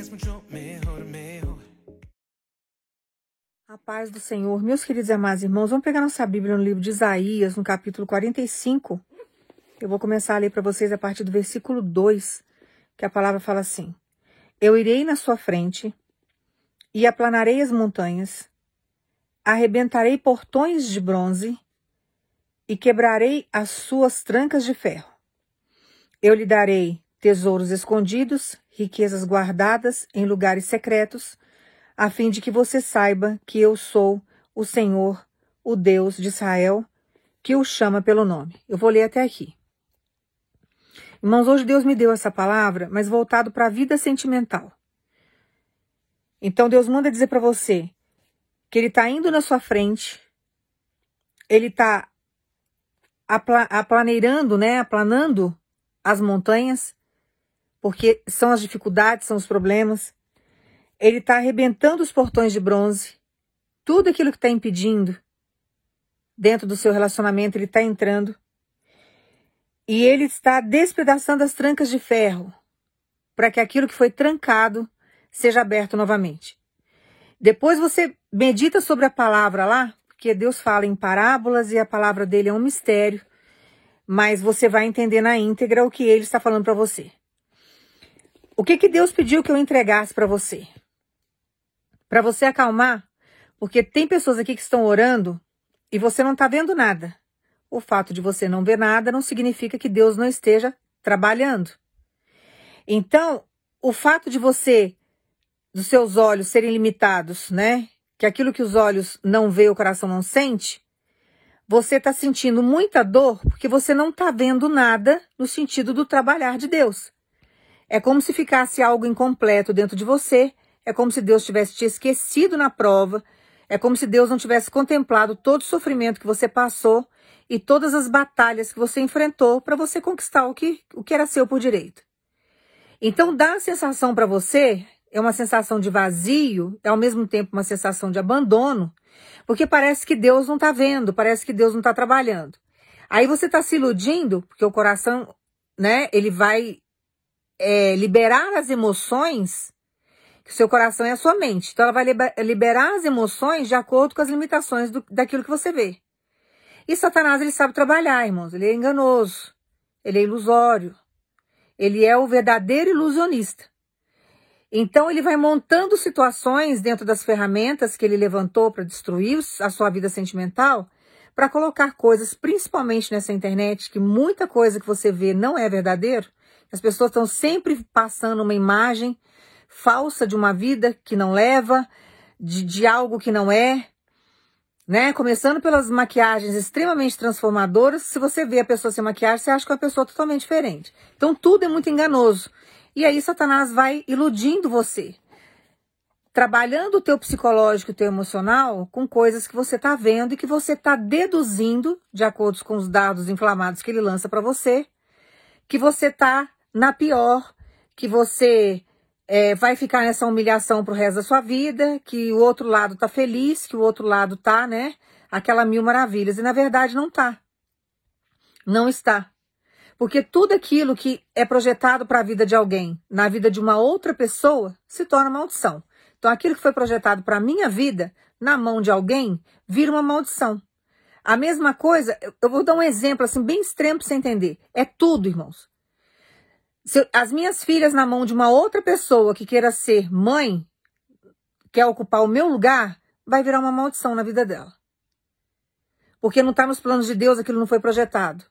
mucho mejor, mejor. A paz do Senhor, meus queridos e amados irmãos, vamos pegar nossa Bíblia no livro de Isaías, no capítulo 45. Eu vou começar a ler para vocês a partir do versículo 2, que a palavra fala assim: Eu irei na sua frente e aplanarei as montanhas, arrebentarei portões de bronze e quebrarei as suas trancas de ferro. Eu lhe darei tesouros escondidos, riquezas guardadas em lugares secretos, a fim de que você saiba que eu sou o Senhor, o Deus de Israel, que o chama pelo nome. Eu vou ler até aqui. Irmãos, hoje Deus me deu essa palavra, mas voltado para a vida sentimental. Então Deus manda dizer para você que Ele está indo na sua frente, Ele está aplanando as montanhas, porque são as dificuldades, são os problemas. Ele está arrebentando os portões de bronze. Tudo aquilo que está impedindo dentro do seu relacionamento, ele está entrando. E ele está despedaçando as trancas de ferro para que aquilo que foi trancado seja aberto novamente. Depois você medita sobre a palavra lá, porque Deus fala em parábolas e a palavra dele é um mistério, mas você vai entender na íntegra o que ele está falando para você. O que Deus pediu que eu entregasse para você? Para você acalmar, porque tem pessoas aqui que estão orando e você não está vendo nada. O fato de você não ver nada não significa que Deus não esteja trabalhando. Então, o fato de dos seus olhos serem limitados, né? Que aquilo que os olhos não vê, o coração não sente, você está sentindo muita dor porque você não está vendo nada no sentido do trabalhar de Deus. É como se ficasse algo incompleto dentro de você. É como se Deus tivesse te esquecido na prova. É como se Deus não tivesse contemplado todo o sofrimento que você passou e todas as batalhas que você enfrentou para você conquistar o que era seu por direito. Então, dá a sensação para você, é uma sensação de vazio, é ao mesmo tempo uma sensação de abandono, porque parece que Deus não está vendo, parece que Deus não está trabalhando. Aí você está se iludindo, porque o coração, né, ele vai liberar as emoções. O seu coração é a sua mente. Então ela vai liberar as emoções de acordo com as limitações daquilo que você vê. E Satanás, ele sabe trabalhar, irmãos. Ele é enganoso. Ele é ilusório. Ele é o verdadeiro ilusionista. Então ele vai montando situações dentro das ferramentas que ele levantou para destruir a sua vida sentimental, para colocar coisas, principalmente nessa internet, que muita coisa que você vê não é verdadeiro. As pessoas estão sempre passando uma imagem falsa de uma vida que não leva, de algo que não é, né? Começando pelas maquiagens extremamente transformadoras. Se você vê a pessoa sem maquiagem, você acha que é uma pessoa totalmente diferente. Então tudo é muito enganoso. E aí Satanás vai iludindo você, trabalhando o teu psicológico, o teu emocional, com coisas que você está vendo e que você está deduzindo, de acordo com os dados inflamados que ele lança para você, que você está na pior, que você vai ficar nessa humilhação pro resto da sua vida, que o outro lado tá feliz, que o outro lado tá, né, aquela mil maravilhas. E na verdade não tá. Não está. Porque tudo aquilo que é projetado para a vida de alguém, na vida de uma outra pessoa, se torna maldição. Então aquilo que foi projetado para a minha vida, na mão de alguém, vira uma maldição. A mesma coisa, eu vou dar um exemplo assim bem extremo para você entender. É tudo, irmãos. Se as minhas filhas na mão de uma outra pessoa que queira ser mãe, quer ocupar o meu lugar, vai virar uma maldição na vida dela. Porque não está nos planos de Deus, aquilo não foi projetado.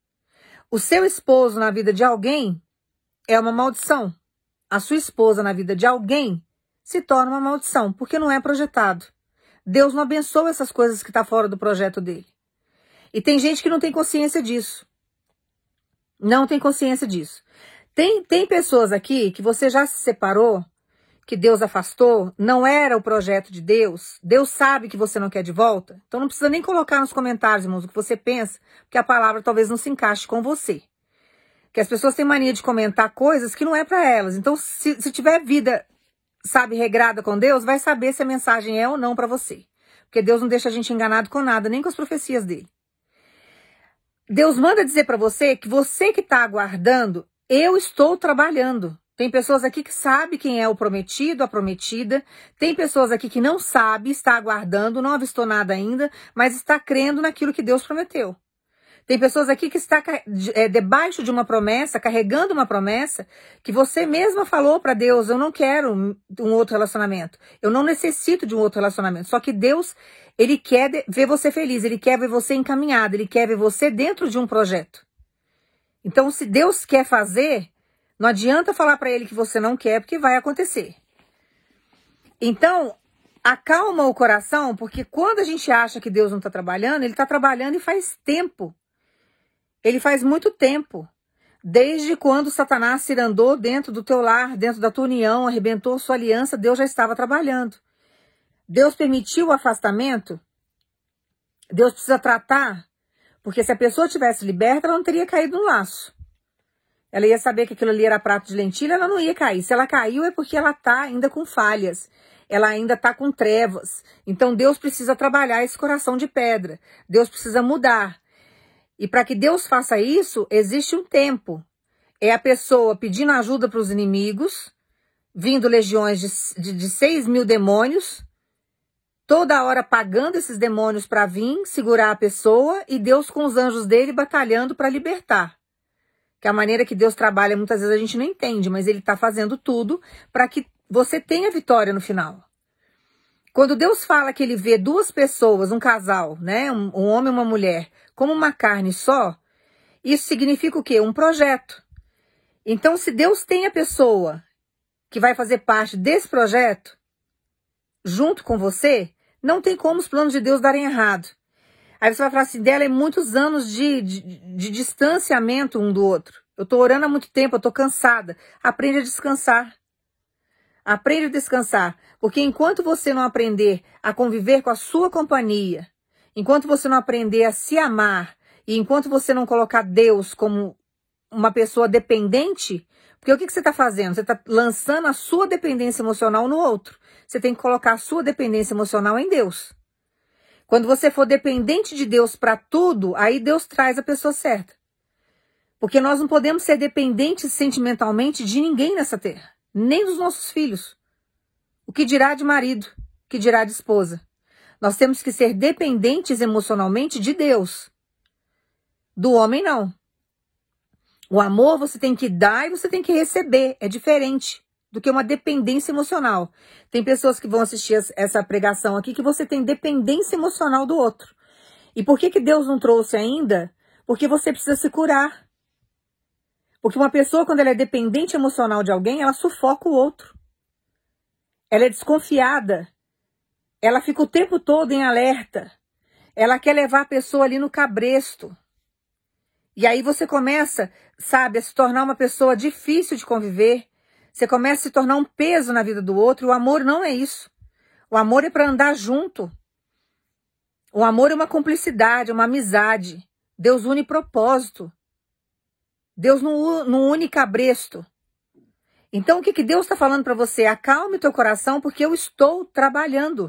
O seu esposo na vida de alguém é uma maldição. A sua esposa na vida de alguém se torna uma maldição, porque não é projetado. Deus não abençoa essas coisas que estão fora do projeto dele. E tem gente que não tem consciência disso. Não tem consciência disso. Tem pessoas aqui que você já se separou, que Deus afastou, não era o projeto de Deus. Deus sabe que você não quer de volta. Então não precisa nem colocar nos comentários, irmãos, o que você pensa, porque a palavra talvez não se encaixe com você. Que as pessoas têm mania de comentar coisas que não é para elas. Então se tiver vida, sabe, regrada com Deus, vai saber se a mensagem é ou não para você. Porque Deus não deixa a gente enganado com nada, nem com as profecias dele. Deus manda dizer para você que está aguardando, eu estou trabalhando. Tem pessoas aqui que sabem quem é o prometido, a prometida. Tem pessoas aqui que não sabe, está aguardando, não avistou nada ainda, mas está crendo naquilo que Deus prometeu. Tem pessoas aqui que está debaixo de uma promessa, carregando uma promessa, que você mesma falou para Deus, eu não quero um outro relacionamento. Eu não necessito de um outro relacionamento. Só que Deus, Ele quer ver você feliz, Ele quer ver você encaminhado, Ele quer ver você dentro de um projeto. Então, se Deus quer fazer, não adianta falar para Ele que você não quer, porque vai acontecer. Então, acalma o coração, porque quando a gente acha que Deus não está trabalhando, Ele está trabalhando e faz tempo. Ele faz muito tempo. Desde quando Satanás se andou dentro do teu lar, dentro da tua união, arrebentou sua aliança, Deus já estava trabalhando. Deus permitiu o afastamento. Deus precisa tratar, porque se a pessoa tivesse liberta, ela não teria caído no laço. Ela ia saber que aquilo ali era prato de lentilha, ela não ia cair. Se ela caiu é porque ela está ainda com falhas. Ela ainda está com trevas. Então Deus precisa trabalhar esse coração de pedra. Deus precisa mudar. E para que Deus faça isso, existe um tempo. É a pessoa pedindo ajuda para os inimigos, vindo legiões de 6.000 demônios, toda hora pagando esses demônios para vir, segurar a pessoa, e Deus com os anjos dele batalhando para libertar. Que a maneira que Deus trabalha, muitas vezes a gente não entende, mas Ele está fazendo tudo para que você tenha vitória no final. Quando Deus fala que Ele vê duas pessoas, um casal, né, um homem e uma mulher, como uma carne só, isso significa o quê? Um projeto. Então, se Deus tem a pessoa que vai fazer parte desse projeto, junto com você, não tem como os planos de Deus darem errado. Aí você vai falar assim, dela é muitos anos de distanciamento um do outro. Eu estou orando há muito tempo, eu estou cansada. Aprende a descansar. Aprende a descansar. Porque enquanto você não aprender a conviver com a sua companhia, enquanto você não aprender a se amar, e enquanto você não colocar Deus como uma pessoa dependente, porque o que você está fazendo? Você está lançando a sua dependência emocional no outro. Você tem que colocar a sua dependência emocional em Deus. Quando você for dependente de Deus para tudo, aí Deus traz a pessoa certa. Porque nós não podemos ser dependentes sentimentalmente de ninguém nessa terra. Nem dos nossos filhos. O que dirá de marido? O que dirá de esposa? Nós temos que ser dependentes emocionalmente de Deus. Do homem, não. O amor você tem que dar e você tem que receber. É diferente do que uma dependência emocional. Tem pessoas que vão assistir essa pregação aqui que você tem dependência emocional do outro. E por que Deus não trouxe ainda? Porque você precisa se curar. Porque uma pessoa, quando ela é dependente emocional de alguém, ela sufoca o outro. Ela é desconfiada. Ela fica o tempo todo em alerta. Ela quer levar a pessoa ali no cabresto. E aí você começa, sabe, a se tornar uma pessoa difícil de conviver. Você começa a se tornar um peso na vida do outro. E o amor não é isso. O amor é para andar junto. O amor é uma cumplicidade, uma amizade. Deus une propósito. Deus não une cabresto. Então o que Deus está falando para você? Acalme teu coração porque eu estou trabalhando.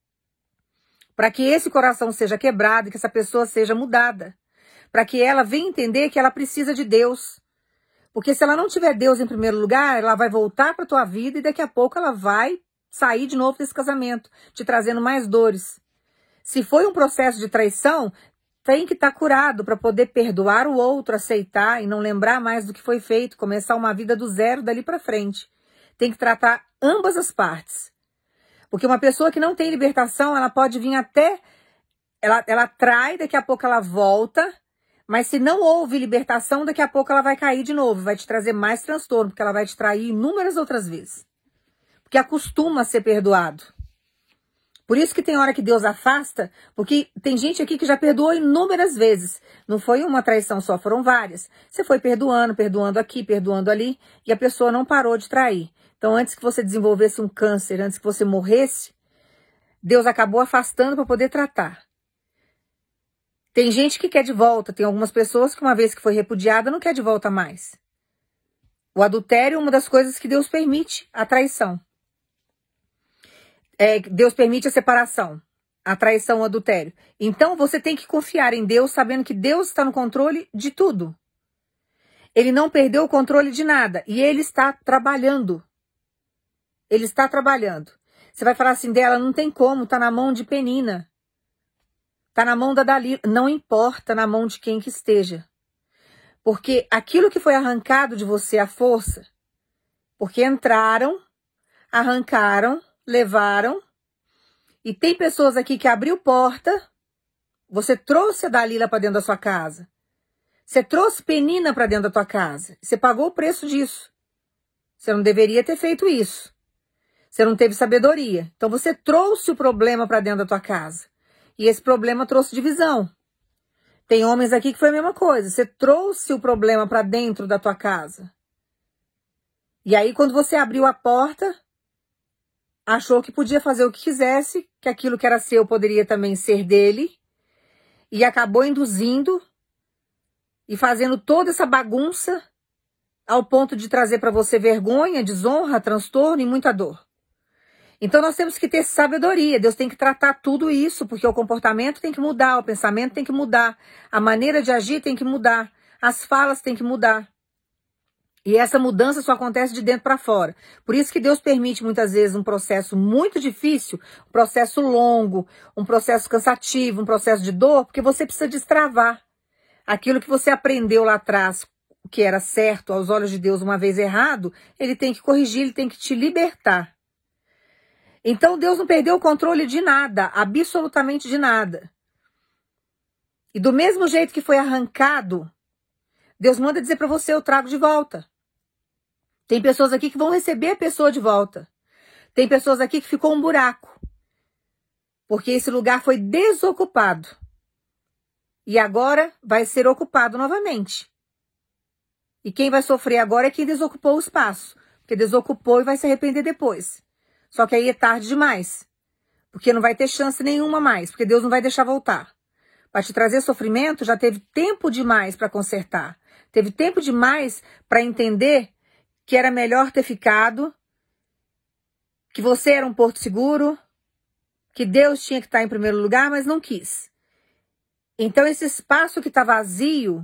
Para que esse coração seja quebrado e que essa pessoa seja mudada. Para que ela venha entender que ela precisa de Deus. Porque se ela não tiver Deus em primeiro lugar, ela vai voltar para a tua vida e daqui a pouco ela vai sair de novo desse casamento, te trazendo mais dores. Se foi um processo de traição, tem que estar curado para poder perdoar o outro, aceitar e não lembrar mais do que foi feito, começar uma vida do zero dali para frente. Tem que tratar ambas as partes. Porque uma pessoa que não tem libertação, ela pode vir até... Ela trai, daqui a pouco ela volta... Mas se não houve libertação, daqui a pouco ela vai cair de novo, vai te trazer mais transtorno, porque ela vai te trair inúmeras outras vezes. Porque acostuma a ser perdoado. Por isso que tem hora que Deus afasta, porque tem gente aqui que já perdoou inúmeras vezes. Não foi uma traição só, foram várias. Você foi perdoando, perdoando aqui, perdoando ali, e a pessoa não parou de trair. Então antes que você desenvolvesse um câncer, antes que você morresse, Deus acabou afastando para poder tratar. Tem gente que quer de volta, tem algumas pessoas que uma vez que foi repudiada não quer de volta mais. O adultério é uma das coisas que Deus permite, a traição. Deus permite a separação, a traição, o adultério. Então você tem que confiar em Deus, sabendo que Deus está no controle de tudo. Ele não perdeu o controle de nada. E ele está trabalhando. Ele está trabalhando. Você vai falar assim dela, não tem como, tá na mão de Penina. Tá na mão da Dalila. Não importa na mão de quem que esteja. Porque aquilo que foi arrancado de você à força, porque entraram, arrancaram, levaram, e tem pessoas aqui que abriu porta, você trouxe a Dalila para dentro da sua casa. Você trouxe Penina para dentro da tua casa. Você pagou o preço disso. Você não deveria ter feito isso. Você não teve sabedoria. Então você trouxe o problema para dentro da tua casa. E esse problema trouxe divisão. Tem homens aqui que foi a mesma coisa. Você trouxe o problema para dentro da tua casa. E aí quando você abriu a porta, achou que podia fazer o que quisesse, que aquilo que era seu poderia também ser dele. E acabou induzindo e fazendo toda essa bagunça ao ponto de trazer para você vergonha, desonra, transtorno e muita dor. Então nós temos que ter sabedoria. Deus tem que tratar tudo isso, porque o comportamento tem que mudar, o pensamento tem que mudar, a maneira de agir tem que mudar, as falas tem que mudar. E essa mudança só acontece de dentro para fora. Por isso que Deus permite muitas vezes um processo muito difícil, um processo longo, um processo cansativo, um processo de dor, porque você precisa destravar aquilo que você aprendeu lá atrás, que era certo aos olhos de Deus uma vez errado, ele tem que corrigir, ele tem que te libertar. Então Deus não perdeu o controle de nada, absolutamente de nada. E do mesmo jeito que foi arrancado, Deus manda dizer para você, eu trago de volta. Tem pessoas aqui que vão receber a pessoa de volta. Tem pessoas aqui que ficou um buraco. Porque esse lugar foi desocupado. E agora vai ser ocupado novamente. E quem vai sofrer agora é quem desocupou o espaço. Porque desocupou e vai se arrepender depois. Só que aí é tarde demais. Porque não vai ter chance nenhuma mais. Porque Deus não vai deixar voltar. Para te trazer sofrimento, já teve tempo demais para consertar. Teve tempo demais para entender que era melhor ter ficado, que você era um porto seguro, que Deus tinha que estar em primeiro lugar, mas não quis. Então esse espaço que está vazio,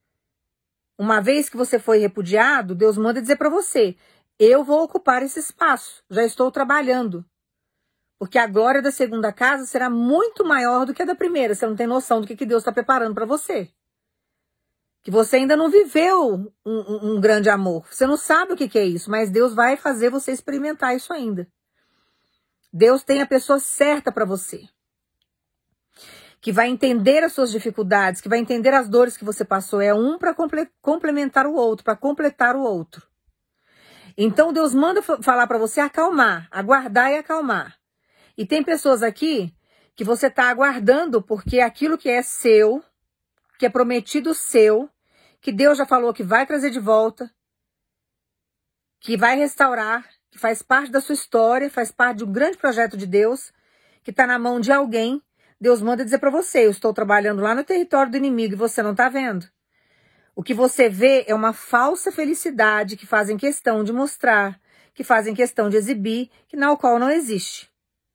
uma vez que você foi repudiado, Deus manda dizer para você, eu vou ocupar esse espaço, já estou trabalhando. Porque a glória da segunda casa será muito maior do que a da primeira. Você não tem noção do que Deus está preparando para você. Que você ainda não viveu um grande amor. Você não sabe o que é isso, mas Deus vai fazer você experimentar isso ainda. Deus tem a pessoa certa para você. Que vai entender as suas dificuldades, que vai entender as dores que você passou. É um para complementar o outro, para completar o outro. Então Deus manda falar para você acalmar, aguardar e acalmar. E tem pessoas aqui que você está aguardando porque aquilo que é seu, que é prometido seu, que Deus já falou que vai trazer de volta, que vai restaurar, que faz parte da sua história, faz parte de um grande projeto de Deus, que está na mão de alguém, Deus manda dizer para você, eu estou trabalhando lá no território do inimigo e você não está vendo. O que você vê é uma falsa felicidade que fazem questão de mostrar, que fazem questão de exibir, que na qual não existe.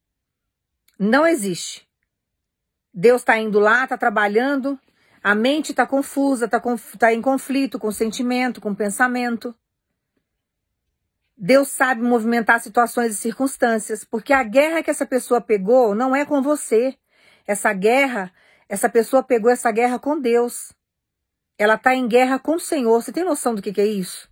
Não existe. Deus está indo lá, está trabalhando, a mente está confusa, está em conflito com o sentimento, com o pensamento. Deus sabe movimentar situações e circunstâncias, porque a guerra que essa pessoa pegou não é com você. Essa pessoa pegou essa guerra com Deus. Ela está em guerra com o Senhor. Você tem noção do que é isso?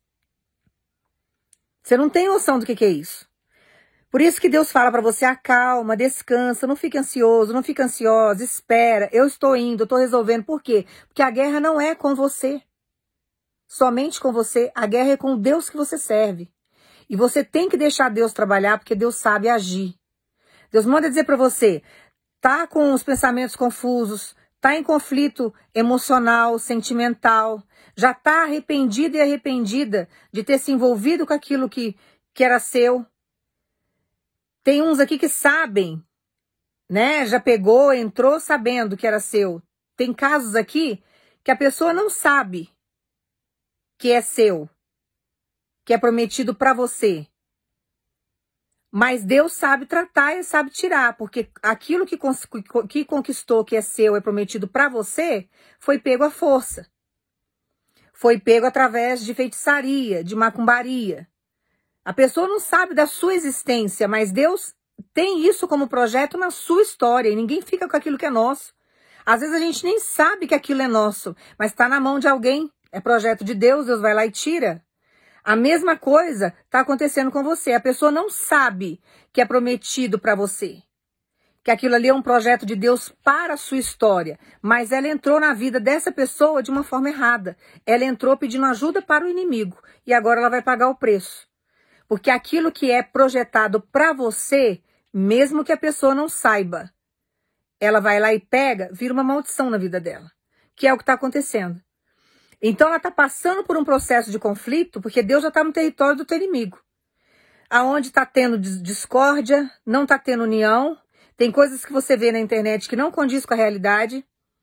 Você não tem noção do que é isso. Por isso que Deus fala para você, acalma, descansa, não fique ansioso, não fique ansiosa, espera, eu estou indo, eu estou resolvendo. Por quê? Porque a guerra não é com você, somente com você, a guerra é com o Deus que você serve. E você tem que deixar Deus trabalhar, porque Deus sabe agir. Deus manda dizer para você, tá com os pensamentos confusos, tá em conflito emocional, sentimental, já tá arrependido e arrependida de ter se envolvido com aquilo que era seu. Tem uns aqui que sabem, né? Já pegou, entrou sabendo que era seu. Tem casos aqui que a pessoa não sabe que é seu, que é prometido para você. Mas Deus sabe tratar e sabe tirar, porque aquilo que conquistou, que é seu, é prometido para você, foi pego à força. foi pego através de feitiçaria, de macumbaria. A pessoa não sabe da sua existência, mas Deus tem isso como projeto na sua história e ninguém fica com aquilo que é nosso. Às vezes a gente nem sabe que aquilo é nosso, mas está na mão de alguém, é projeto de Deus, Deus vai lá e tira. A mesma coisa está acontecendo com você. A pessoa não sabe que é prometido para você, que aquilo ali é um projeto de Deus para a sua história, mas ela entrou na vida dessa pessoa de uma forma errada. Ela entrou pedindo ajuda para o inimigo e agora ela vai pagar o preço. Porque aquilo que é projetado para você, mesmo que a pessoa não saiba, ela vai lá e pega, vira uma maldição na vida dela, que é o que está acontecendo. Então ela está passando por um processo de conflito, porque Deus já está no território do teu inimigo. Aonde está tendo discórdia, não está tendo união, tem coisas que você vê na internet que não condiz com a realidade,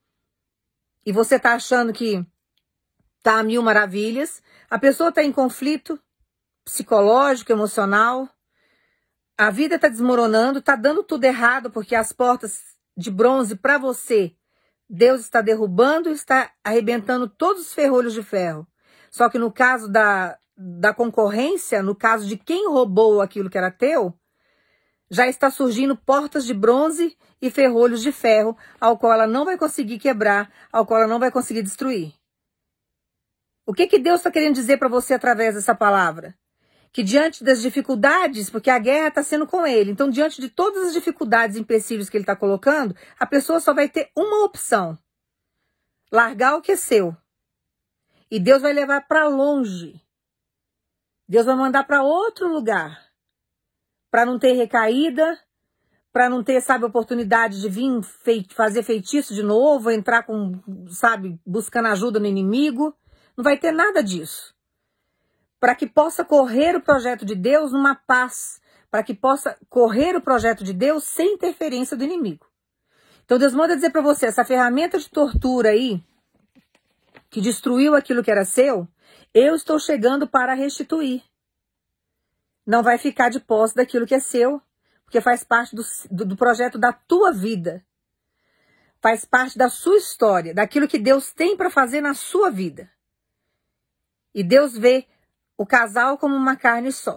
e você está achando que está a mil maravilhas, a pessoa está em conflito psicológico, emocional, a vida está desmoronando, está dando tudo errado, porque as portas de bronze para você, Deus está derrubando e está arrebentando todos os ferrolhos de ferro. Só que no caso da concorrência, no caso de quem roubou aquilo que era teu, já está surgindo portas de bronze e ferrolhos de ferro, ao qual ela não vai conseguir quebrar, ao qual ela não vai conseguir destruir. O que Deus está querendo dizer para você através dessa palavra? Que diante das dificuldades, porque a guerra está sendo com ele, então diante de todas as dificuldades e empecilhos que ele está colocando, a pessoa só vai ter uma opção: largar o que é seu. E Deus vai levar para longe. Deus vai mandar para outro lugar, para não ter recaída, para não ter, sabe, oportunidade de vir fazer feitiço de novo, entrar com, sabe, buscando ajuda no inimigo. Não vai ter nada disso. Para que possa correr o projeto de Deus numa paz, para que possa correr o projeto de Deus sem interferência do inimigo. Então Deus manda dizer para você, essa ferramenta de tortura aí, que destruiu aquilo que era seu, eu estou chegando para restituir. Não vai ficar de posse daquilo que é seu, porque faz parte do projeto da tua vida. Faz parte da sua história, daquilo que Deus tem para fazer na sua vida. E Deus vê o casal como uma carne só.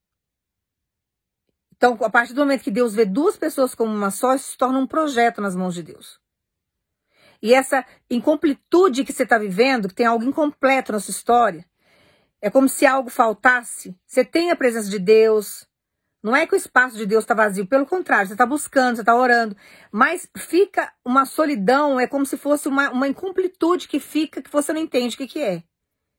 Então, a partir do momento que Deus vê duas pessoas como uma só, isso se torna um projeto nas mãos de Deus. E essa incompletude que você está vivendo, que tem algo incompleto na sua história, é como se algo faltasse. Você tem a presença de Deus. Não é que o espaço de Deus está vazio. Pelo contrário, você está buscando, você está orando. Mas fica uma solidão, é como se fosse uma incompletude que fica, que você não entende o que é.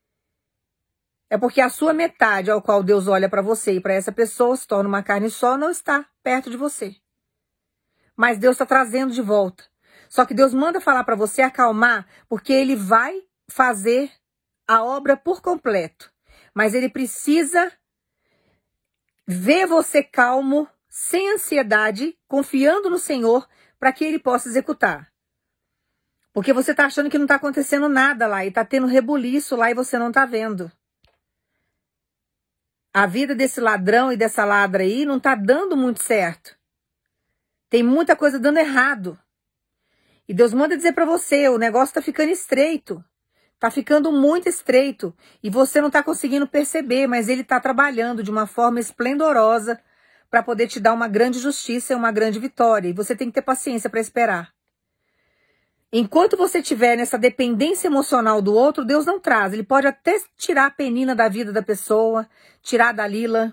É porque a sua metade, ao qual Deus olha para você e para essa pessoa, se torna uma carne só, não está perto de você. Mas Deus está trazendo de volta. Só que Deus manda falar para você acalmar, porque Ele vai fazer a obra por completo. Mas Ele precisa ver você calmo, sem ansiedade, confiando no Senhor, para que Ele possa executar. Porque você está achando que não está acontecendo nada lá, e está tendo rebuliço lá e você não está vendo. A vida desse ladrão e dessa ladra aí não está dando muito certo. Tem muita coisa dando errado. E Deus manda dizer para você, o negócio está ficando estreito. Está ficando muito estreito. E você não está conseguindo perceber, mas Ele está trabalhando de uma forma esplendorosa para poder te dar uma grande justiça e uma grande vitória. E você tem que ter paciência para esperar. Enquanto você estiver nessa dependência emocional do outro, Deus não traz. Ele pode até tirar a penina da vida da pessoa, tirar a Dalila,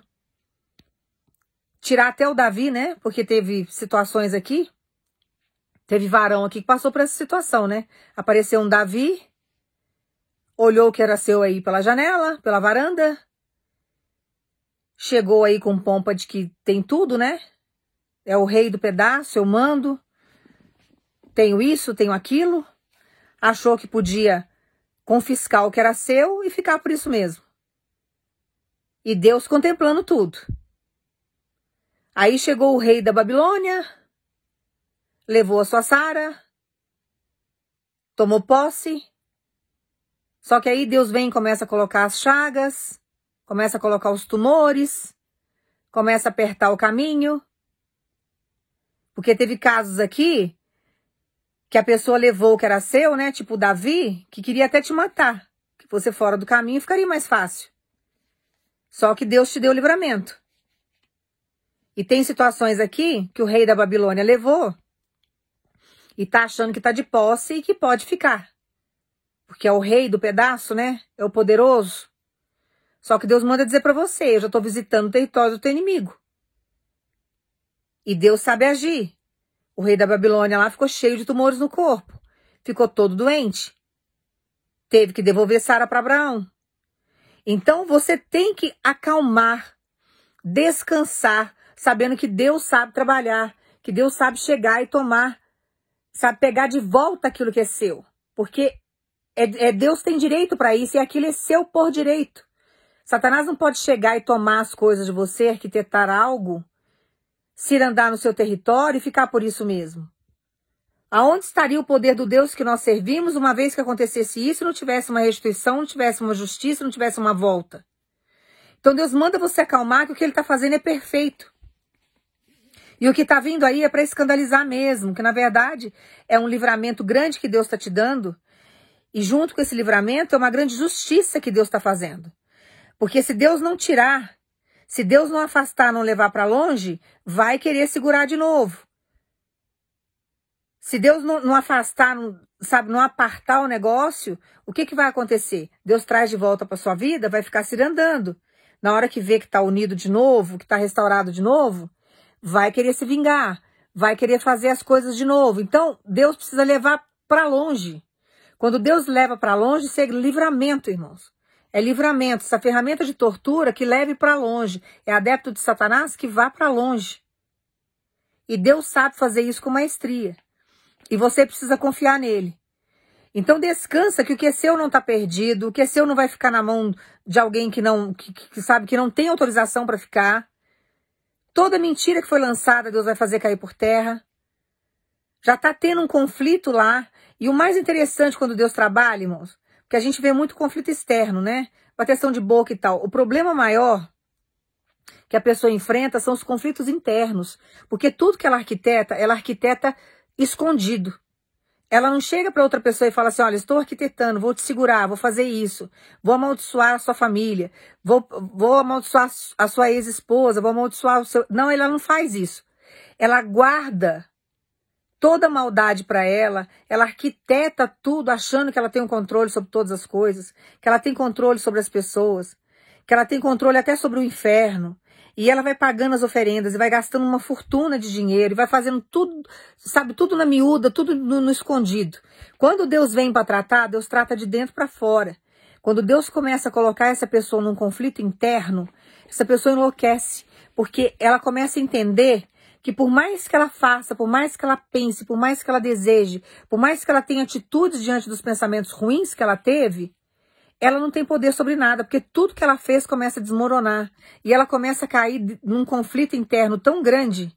tirar até o Davi, né? Porque teve situações aqui, teve varão aqui que passou por essa situação, né? Apareceu um Davi, olhou o que era seu aí pela janela, pela varanda, chegou aí com pompa de que tem tudo, né? É o rei do pedaço, eu mando. Tenho isso, tenho aquilo. Achou que podia confiscar o que era seu e ficar por isso mesmo. E Deus contemplando tudo. Aí chegou o rei da Babilônia, levou a sua Sara, tomou posse. Só que aí Deus vem e começa a colocar as chagas, começa a colocar os tumores, começa a apertar o caminho. Porque teve casos aqui que a pessoa levou o que era seu, né? Tipo o Davi, que queria até te matar. você fora do caminho, ficaria mais fácil. Só que Deus te deu o livramento. E tem situações aqui que o rei da Babilônia levou e tá achando que tá de posse e que pode ficar. Porque é o rei do pedaço, né? É o poderoso. Só que Deus manda dizer para você, eu já tô visitando o território do teu inimigo. E Deus sabe agir. O rei da Babilônia lá ficou cheio de tumores no corpo. Ficou todo doente. Teve que devolver Sara para Abraão. Então você tem que acalmar, descansar, sabendo que Deus sabe trabalhar, que Deus sabe chegar e tomar, sabe pegar de volta aquilo que é seu. Porque Deus tem direito para isso e aquilo é seu por direito. Satanás não pode chegar e tomar as coisas de você, arquitetar algo, cirandar no seu território e ficar por isso mesmo. Aonde estaria o poder do Deus que nós servimos uma vez que acontecesse isso, não tivesse uma restituição, não tivesse uma justiça, não tivesse uma volta? Então Deus manda você acalmar que o que ele está fazendo é perfeito. E o que está vindo aí é para escandalizar mesmo, que na verdade é um livramento grande que Deus está te dando. E junto com esse livramento é uma grande justiça que Deus está fazendo. Porque se Deus não tirar, se Deus não afastar, não levar para longe, vai querer segurar de novo. Se Deus não afastar, não apartar o negócio, o que vai acontecer? Deus traz de volta para sua vida, vai ficar cirandando. Na hora que vê que está unido de novo, que está restaurado de novo, vai querer se vingar, vai querer fazer as coisas de novo. Então, Deus precisa levar para longe. Quando Deus leva para longe, isso é livramento, irmãos. É livramento, essa ferramenta de tortura que leve para longe. É adepto de Satanás que vá para longe. E Deus sabe fazer isso com maestria. E você precisa confiar nele. Então descansa que o que é seu não está perdido, o que é seu não vai ficar na mão de alguém que sabe que não tem autorização para ficar. Toda mentira que foi lançada, Deus vai fazer cair por terra. Já está tendo um conflito lá. E o mais interessante quando Deus trabalha, irmãos, porque a gente vê muito conflito externo, né? Bateção de boca e tal. O problema maior que a pessoa enfrenta são os conflitos internos. Porque tudo que ela arquiteta escondido. Ela não chega para outra pessoa e fala assim, olha, estou arquitetando, vou te segurar, vou fazer isso, vou amaldiçoar a sua família, vou amaldiçoar a sua ex-esposa, vou amaldiçoar o seu... Não, ela não faz isso. Ela guarda toda a maldade para ela arquiteta tudo achando que ela tem um controle sobre todas as coisas, que ela tem controle sobre as pessoas, que ela tem controle até sobre o inferno. E ela vai pagando as oferendas e vai gastando uma fortuna de dinheiro e vai fazendo tudo, sabe, tudo na miúda, tudo no escondido. Quando Deus vem para tratar, Deus trata de dentro para fora. Quando Deus começa a colocar essa pessoa num conflito interno, essa pessoa enlouquece, porque ela começa a entender que por mais que ela faça, por mais que ela pense, por mais que ela deseje, por mais que ela tenha atitudes diante dos pensamentos ruins que ela teve, ela não tem poder sobre nada, porque tudo que ela fez começa a desmoronar. E ela começa a cair num conflito interno tão grande,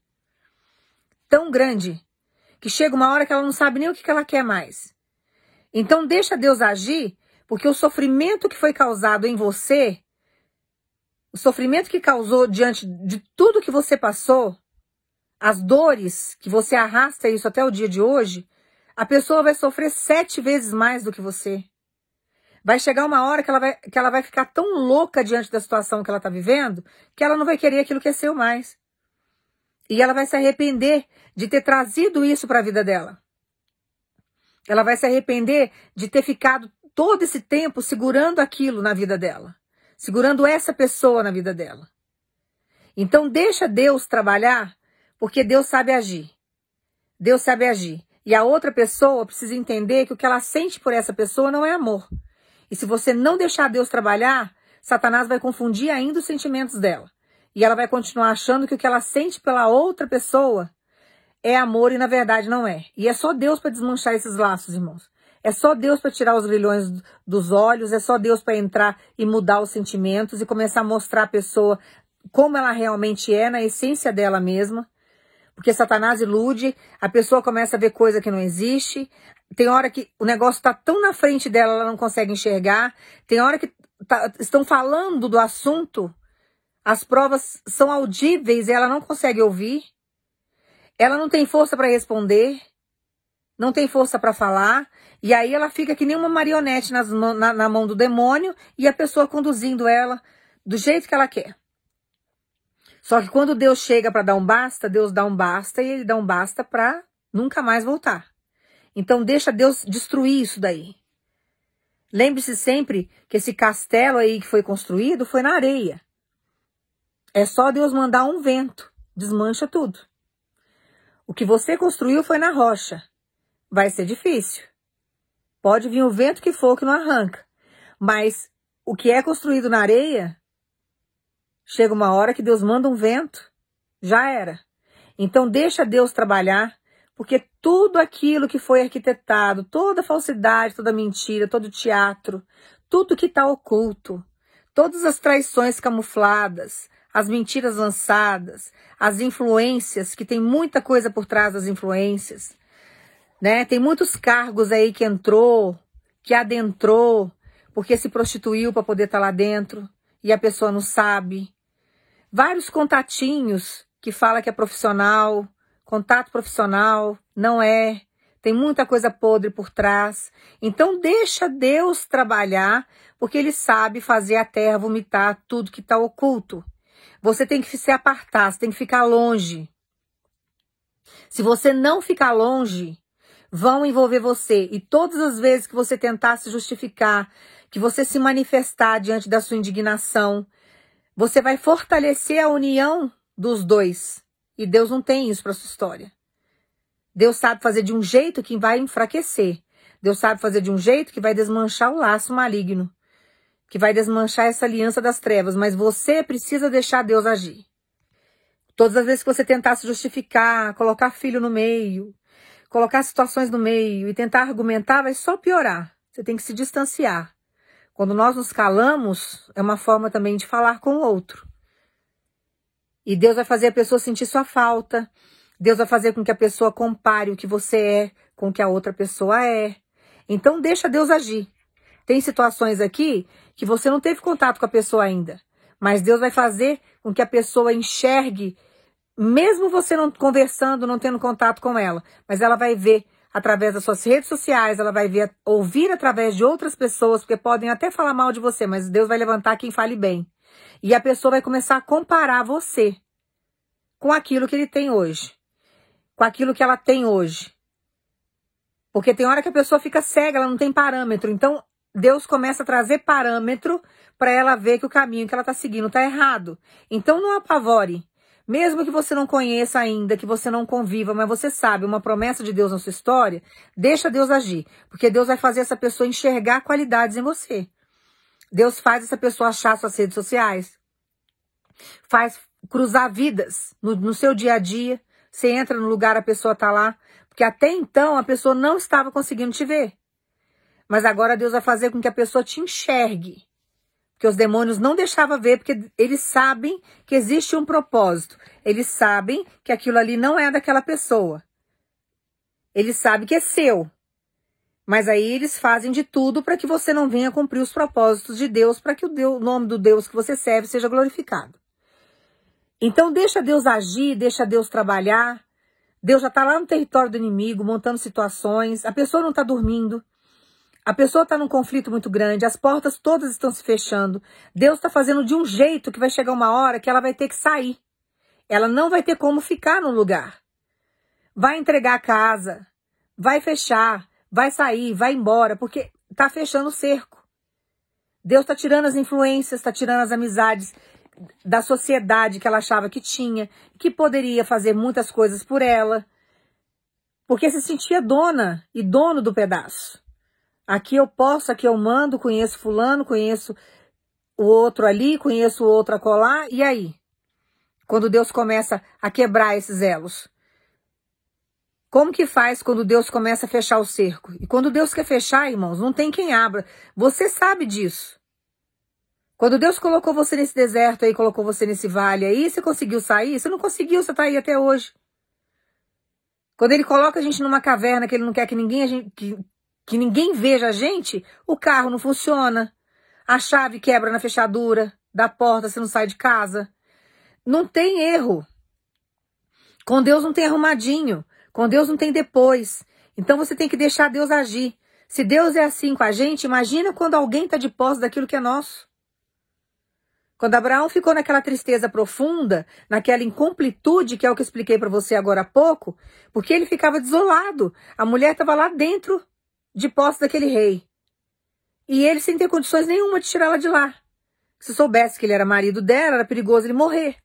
que chega uma hora que ela não sabe nem o que ela quer mais. Então deixa Deus agir, porque o sofrimento que foi causado em você, o sofrimento que causou diante de tudo que você passou, as dores que você arrasta isso até o dia de hoje, a pessoa vai sofrer 7 vezes mais do que você. Vai chegar uma hora que ela vai ficar tão louca diante da situação que ela está vivendo, que ela não vai querer aquilo que é seu mais. E ela vai se arrepender de ter trazido isso para a vida dela. Ela vai se arrepender de ter ficado todo esse tempo segurando aquilo na vida dela. Segurando essa pessoa na vida dela. Então deixa Deus trabalhar, porque Deus sabe agir. Deus sabe agir. E a outra pessoa precisa entender que o que ela sente por essa pessoa não é amor. E se você não deixar Deus trabalhar, Satanás vai confundir ainda os sentimentos dela. E ela vai continuar achando que o que ela sente pela outra pessoa é amor e na verdade não é. E é só Deus para desmanchar esses laços, irmãos. É só Deus para tirar os brilhões dos olhos, é só Deus para entrar e mudar os sentimentos e começar a mostrar a pessoa como ela realmente é, na essência dela mesma. Porque Satanás ilude, a pessoa começa a ver coisa que não existe. Tem hora que o negócio está tão na frente dela, ela não consegue enxergar. Tem hora que estão falando do assunto, as provas são audíveis e ela não consegue ouvir. Ela não tem força para responder. não tem força para falar, e aí ela fica que nem uma marionete na mão do demônio e a pessoa conduzindo ela do jeito que ela quer. Só que quando Deus chega para dar um basta, Deus dá um basta e ele dá um basta para nunca mais voltar. Então deixa Deus destruir isso daí. Lembre-se sempre que esse castelo aí que foi construído foi na areia. É só Deus mandar um vento, desmancha tudo. O que você construiu foi na rocha. Vai ser difícil. Pode vir o vento que for que não arranca. Mas o que é construído na areia, chega uma hora que Deus manda um vento, já era. Então deixa Deus trabalhar, porque tudo aquilo que foi arquitetado, toda falsidade, toda mentira, todo teatro, tudo que está oculto, todas as traições camufladas, as mentiras lançadas, as influências, que tem muita coisa por trás das influências, né? Tem muitos cargos aí que entrou, que adentrou, porque se prostituiu para poder estar lá dentro, e a pessoa não sabe. Vários contatinhos que fala que é profissional, contato profissional, não é. Tem muita coisa podre por trás. Então deixa Deus trabalhar, porque Ele sabe fazer a terra vomitar tudo que está oculto. Você tem que se apartar, você tem que ficar longe. Se você não ficar longe, vão envolver você. E todas as vezes que você tentar se justificar, que você se manifestar diante da sua indignação, você vai fortalecer a união dos dois. E Deus não tem isso para sua história. Deus sabe fazer de um jeito que vai enfraquecer. Deus sabe fazer de um jeito que vai desmanchar o laço maligno, que vai desmanchar essa aliança das trevas. Mas você precisa deixar Deus agir. Todas as vezes que você tentar se justificar, colocar filho no meio, colocar situações no meio e tentar argumentar, vai só piorar. Você tem que se distanciar. Quando nós nos calamos, é uma forma também de falar com o outro. E Deus vai fazer a pessoa sentir sua falta. Deus vai fazer com que a pessoa compare o que você é com o que a outra pessoa é. Então deixa Deus agir. Tem situações aqui que você não teve contato com a pessoa ainda. Mas Deus vai fazer com que a pessoa enxergue, mesmo você não conversando, não tendo contato com ela. Mas ela vai ver através das suas redes sociais, ela vai ver, ouvir através de outras pessoas, porque podem até falar mal de você, mas Deus vai levantar quem fale bem. E a pessoa vai começar a comparar você com aquilo que ele tem hoje, com aquilo que ela tem hoje. Porque tem hora que a pessoa fica cega, ela não tem parâmetro. Então, Deus começa a trazer parâmetro para ela ver que o caminho que ela está seguindo está errado. Então, não apavore. Mesmo que você não conheça ainda, que você não conviva, mas você sabe uma promessa de Deus na sua história, deixa Deus agir. Porque Deus vai fazer essa pessoa enxergar qualidades em você. Deus faz essa pessoa achar suas redes sociais. Faz cruzar vidas no seu dia a dia. Você entra no lugar, a pessoa está lá. Porque até então a pessoa não estava conseguindo te ver. Mas agora Deus vai fazer com que a pessoa te enxergue. Porque os demônios não deixavam ver, porque eles sabem que existe um propósito. Eles sabem que aquilo ali não é daquela pessoa. Eles sabem que é seu. Mas aí eles fazem de tudo para que você não venha cumprir os propósitos de Deus, para que o nome do Deus que você serve seja glorificado. Então deixa Deus agir, deixa Deus trabalhar. Deus já está lá no território do inimigo, montando situações. A pessoa não está dormindo. A pessoa está num conflito muito grande, as portas todas estão se fechando. Deus está fazendo de um jeito que vai chegar uma hora que ela vai ter que sair. Ela não vai ter como ficar no lugar. Vai entregar a casa, vai fechar, vai sair, vai embora, porque está fechando o cerco. Deus está tirando as influências, está tirando as amizades da sociedade que ela achava que tinha, que poderia fazer muitas coisas por ela, porque se sentia dona e dono do pedaço. Aqui eu posso, aqui eu mando, conheço fulano, conheço o outro ali, conheço o outro acolá, e aí? Quando Deus começa a quebrar esses elos. Como que faz quando Deus começa a fechar o cerco? E quando Deus quer fechar, irmãos, não tem quem abra. Você sabe disso. Quando Deus colocou você nesse deserto aí, colocou você nesse vale aí, você conseguiu sair? Você não conseguiu, você tá aí até hoje. Quando Ele coloca a gente numa caverna que Ele não quer que ninguém veja a gente, o carro não funciona, a chave quebra na fechadura da porta, você não sai de casa. Não tem erro. Com Deus não tem arrumadinho, com Deus não tem depois. Então você tem que deixar Deus agir. Se Deus é assim com a gente, imagina quando alguém está de posse daquilo que é nosso. Quando Abraão ficou naquela tristeza profunda, naquela incompletude, que é o que eu expliquei para você agora há pouco, porque ele ficava desolado. A mulher estava lá dentro de posse daquele rei. E ele sem ter condições nenhuma de tirá-la de lá. Se soubesse que ele era marido dela, era perigoso ele morrer.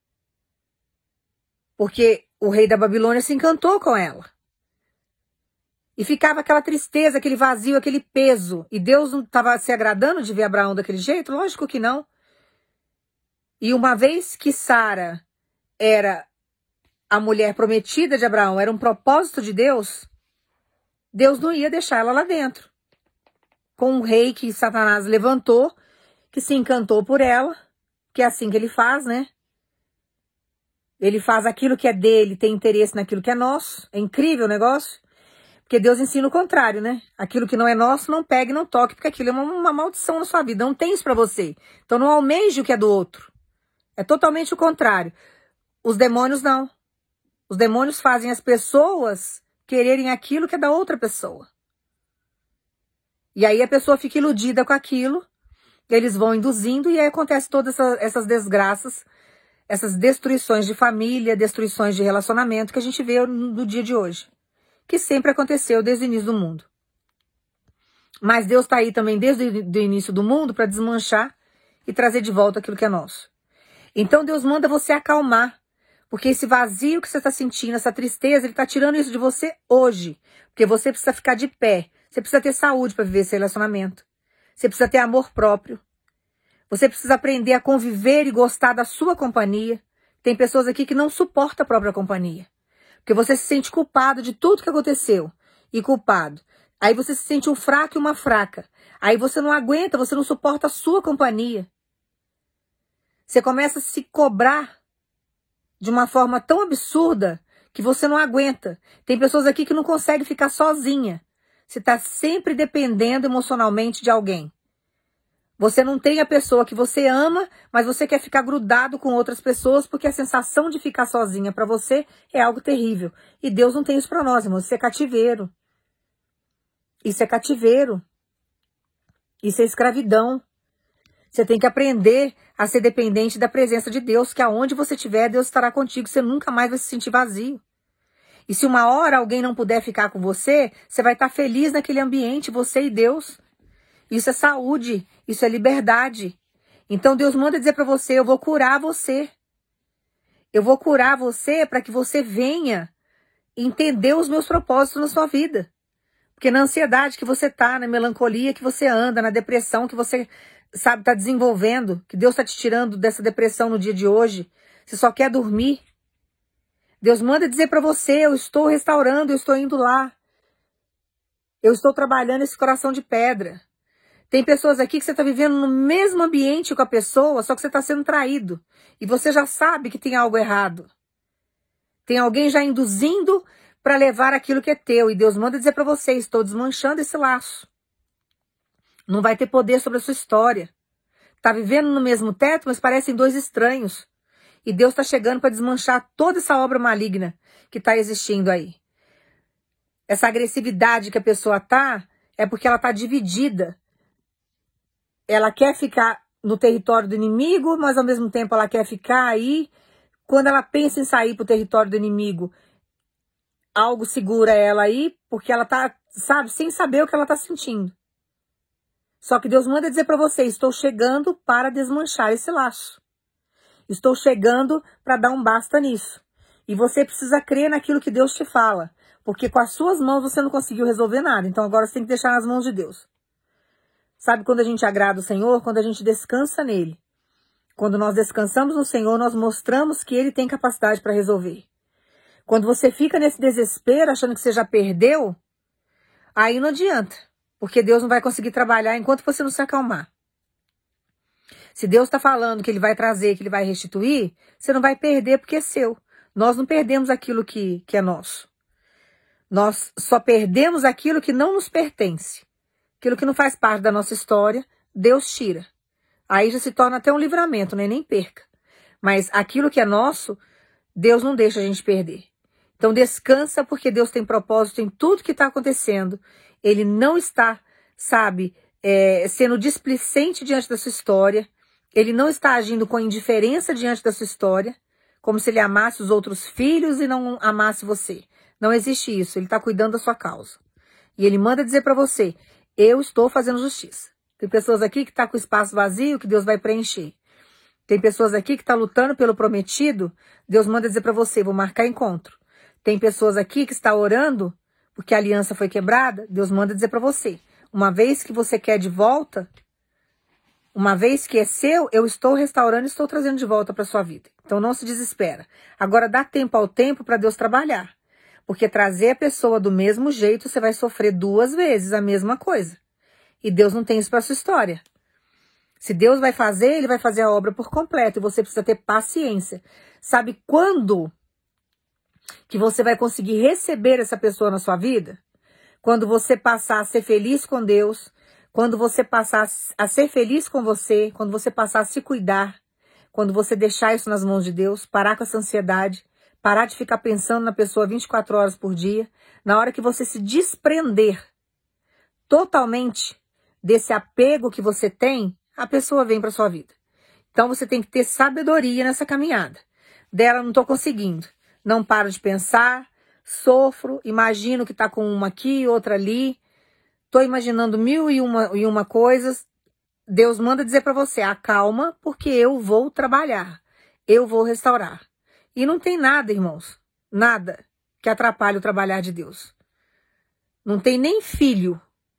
Porque o rei da Babilônia se encantou com ela. E ficava aquela tristeza, aquele vazio, aquele peso. E Deus não estava se agradando de ver Abraão daquele jeito? Lógico que não. E uma vez que Sara era a mulher prometida de Abraão, era um propósito de Deus, Deus não ia deixar ela lá dentro. Com um rei que Satanás levantou, que se encantou por ela, que é assim que ele faz, né? Ele faz aquilo que é dele, tem interesse naquilo que é nosso. É incrível o negócio. Porque Deus ensina o contrário, né? Aquilo que não é nosso, não pegue, não toque, porque aquilo é uma maldição na sua vida. Não tem isso pra você. Então não almeje o que é do outro. É totalmente o contrário. Os demônios não. Os demônios fazem as pessoas quererem aquilo que é da outra pessoa. E aí a pessoa fica iludida com aquilo, eles vão induzindo e aí acontece todas essas desgraças, essas destruições de família, destruições de relacionamento que a gente vê no dia de hoje. Que sempre aconteceu desde o início do mundo. Mas Deus está aí também desde o início do mundo para desmanchar e trazer de volta aquilo que é nosso. Então Deus manda você acalmar, porque esse vazio que você está sentindo, essa tristeza, Ele está tirando isso de você hoje. Porque você precisa ficar de pé, você precisa ter saúde para viver esse relacionamento. Você precisa ter amor próprio. Você precisa aprender a conviver e gostar da sua companhia. Tem pessoas aqui que não suportam a própria companhia. Porque você se sente culpado de tudo que aconteceu. E culpado. Aí você se sente um fraco e uma fraca. Aí você não aguenta, você não suporta a sua companhia. Você começa a se cobrar de uma forma tão absurda que você não aguenta. Tem pessoas aqui que não conseguem ficar sozinha. Você está sempre dependendo emocionalmente de alguém. Você não tem a pessoa que você ama, mas você quer ficar grudado com outras pessoas porque a sensação de ficar sozinha para você é algo terrível. E Deus não tem isso para nós, irmãos. Isso é cativeiro. Isso é cativeiro. Isso é escravidão. Você tem que aprender a ser dependente da presença de Deus, que aonde você estiver, Deus estará contigo. Você nunca mais vai se sentir vazio. E se uma hora alguém não puder ficar com você, você vai estar feliz naquele ambiente, você e Deus. Isso é saúde, isso é liberdade. Então Deus manda dizer para você, eu vou curar você. Eu vou curar você para que você venha entender os meus propósitos na sua vida. Porque na ansiedade que você está, na melancolia que você anda, na depressão que você, sabe, está desenvolvendo, que Deus está te tirando dessa depressão no dia de hoje, você só quer dormir. Deus manda dizer para você, eu estou restaurando, eu estou indo lá. Eu estou trabalhando esse coração de pedra. Tem pessoas aqui que você está vivendo no mesmo ambiente com a pessoa, só que você está sendo traído. E você já sabe que tem algo errado. Tem alguém já induzindo para levar aquilo que é teu. E Deus manda dizer para você, estou desmanchando esse laço. Não vai ter poder sobre a sua história. Está vivendo no mesmo teto, mas parecem dois estranhos. E Deus está chegando para desmanchar toda essa obra maligna que está existindo aí. Essa agressividade que a pessoa está, é porque ela está dividida. Ela quer ficar no território do inimigo, mas ao mesmo tempo ela quer ficar aí. Quando ela pensa em sair para o território do inimigo, algo segura ela aí, porque ela está, sabe, sem saber o que ela está sentindo. Só que Deus manda dizer para você, estou chegando para desmanchar esse laço. Estou chegando para dar um basta nisso. E você precisa crer naquilo que Deus te fala. Porque com as suas mãos você não conseguiu resolver nada. Então agora você tem que deixar nas mãos de Deus. Sabe quando a gente agrada o Senhor? Quando a gente descansa nele. Quando nós descansamos no Senhor, nós mostramos que Ele tem capacidade para resolver. Quando você fica nesse desespero, achando que você já perdeu, aí não adianta. Porque Deus não vai conseguir trabalhar enquanto você não se acalmar. Se Deus está falando que Ele vai trazer, que Ele vai restituir, você não vai perder porque é seu. Nós não perdemos aquilo que é nosso. Nós só perdemos aquilo que não nos pertence. Aquilo que não faz parte da nossa história, Deus tira. Aí já se torna até um livramento, né? Nem perca. Mas aquilo que é nosso, Deus não deixa a gente perder. Então descansa, porque Deus tem propósito em tudo que está acontecendo. Ele não está, sabe, sendo displicente diante da sua história. Ele não está agindo com indiferença diante da sua história, como se ele amasse os outros filhos e não amasse você. Não existe isso. Ele está cuidando da sua causa. E ele manda dizer para você, eu estou fazendo justiça. Tem pessoas aqui que estão com espaço vazio que Deus vai preencher. Tem pessoas aqui que estão lutando pelo prometido, Deus manda dizer para você, vou marcar encontro. Tem pessoas aqui que estão orando porque a aliança foi quebrada, Deus manda dizer para você, uma vez que você quer de volta, uma vez que é seu, eu estou restaurando e estou trazendo de volta para sua vida. Então não se desespera. Agora dá tempo ao tempo para Deus trabalhar. Porque trazer a pessoa do mesmo jeito, você vai sofrer 2 vezes a mesma coisa. E Deus não tem isso para sua história. Se Deus vai fazer, Ele vai fazer a obra por completo. E você precisa ter paciência. Sabe quando que você vai conseguir receber essa pessoa na sua vida? Quando você passar a ser feliz com Deus, quando você passar a ser feliz com você, quando você passar a se cuidar, quando você deixar isso nas mãos de Deus, parar com essa ansiedade, parar de ficar pensando na pessoa 24 horas por dia, na hora que você se desprender totalmente desse apego que você tem, a pessoa vem para sua vida. Então você tem que ter sabedoria nessa caminhada. Dela não estou conseguindo. Não paro de pensar, sofro, imagino que está com uma aqui, outra ali. Estou imaginando 1001 coisas. Deus manda dizer para você, acalma, porque eu vou trabalhar. Eu vou restaurar. E não tem nada, irmãos, nada que atrapalhe o trabalhar de Deus. Não tem nem filho.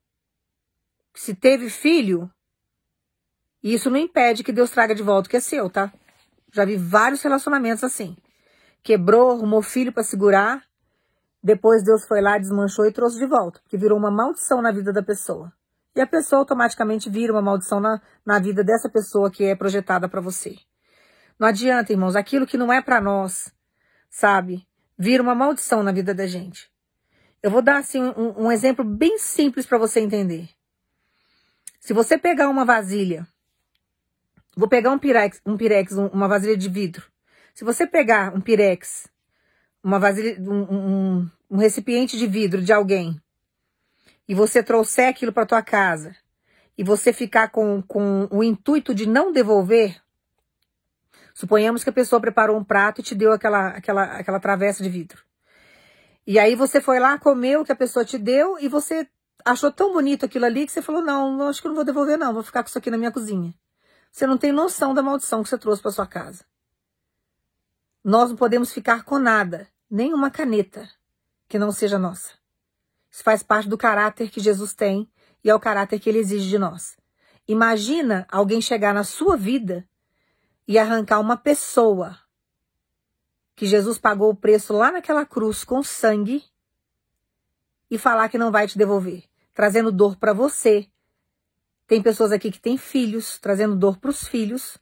Se teve filho, isso não impede que Deus traga de volta o que é seu, tá? Já vi vários relacionamentos assim. Quebrou, arrumou filho para segurar, depois Deus foi lá, desmanchou e trouxe de volta, porque virou uma maldição na vida da pessoa. E a pessoa automaticamente vira uma maldição na vida dessa pessoa que é projetada para você. Não adianta, irmãos, aquilo que não é para nós, sabe, vira uma maldição na vida da gente. Eu vou dar assim um exemplo bem simples para você entender. Se você pegar uma vasilha, vou pegar um pirex, uma vasilha de vidro. Se você pegar um pirex, uma vasilha, um recipiente de vidro de alguém, e você trouxer aquilo para tua casa, e você ficar com o intuito de não devolver, suponhamos que a pessoa preparou um prato e te deu aquela travessa de vidro. E aí você foi lá, comeu o que a pessoa te deu e você achou tão bonito aquilo ali que você falou, não, acho que eu não vou devolver não, vou ficar com isso aqui na minha cozinha. Você não tem noção da maldição que você trouxe para sua casa. Nós não podemos ficar com nada, nem uma caneta que não seja nossa. Isso faz parte do caráter que Jesus tem e é o caráter que Ele exige de nós. Imagina alguém chegar na sua vida e arrancar uma pessoa que Jesus pagou o preço lá naquela cruz com sangue e falar que não vai te devolver, trazendo dor para você. Tem pessoas aqui que têm filhos, trazendo dor para os filhos,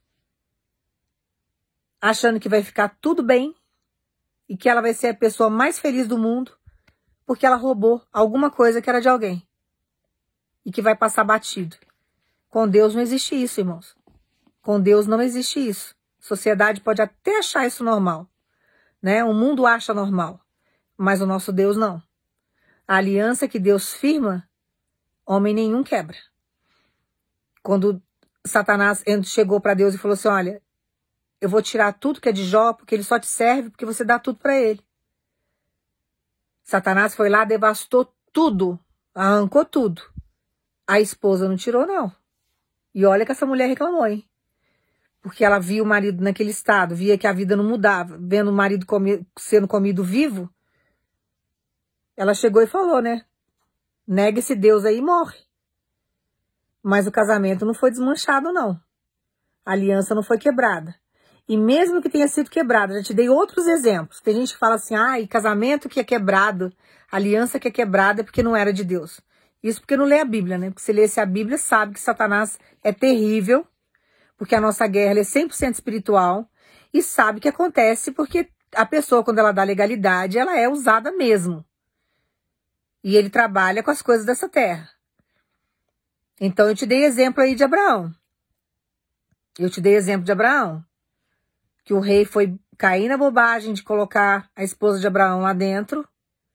achando que vai ficar tudo bem e que ela vai ser a pessoa mais feliz do mundo porque ela roubou alguma coisa que era de alguém e que vai passar batido. Com Deus não existe isso, irmãos. Com Deus não existe isso. A sociedade pode até achar isso normal, né? O mundo acha normal, mas o nosso Deus não. A aliança que Deus firma, homem nenhum quebra. Quando Satanás chegou para Deus e falou assim, olha, eu vou tirar tudo que é de Jó, porque ele só te serve, porque você dá tudo para ele. Satanás foi lá, devastou tudo, arrancou tudo. A esposa não tirou, não. E olha que essa mulher reclamou, hein? Porque ela via o marido naquele estado, via que a vida não mudava, vendo o marido sendo comido vivo, ela chegou e falou, né? Nega esse Deus aí e morre. Mas o casamento não foi desmanchado, não. A aliança não foi quebrada. E mesmo que tenha sido quebrada, já te dei outros exemplos. Tem gente que fala assim, casamento que é quebrado, aliança que é quebrada é porque não era de Deus. Isso porque não lê a Bíblia, né? Porque se lesse a Bíblia, sabe que Satanás é terrível, porque a nossa guerra é 100% espiritual, e sabe que acontece porque a pessoa, quando ela dá legalidade, ela é usada mesmo. E ele trabalha com as coisas dessa terra. Então eu te dei exemplo aí de Abraão. Eu te dei exemplo de Abraão, que o rei foi cair na bobagem de colocar a esposa de Abraão lá dentro.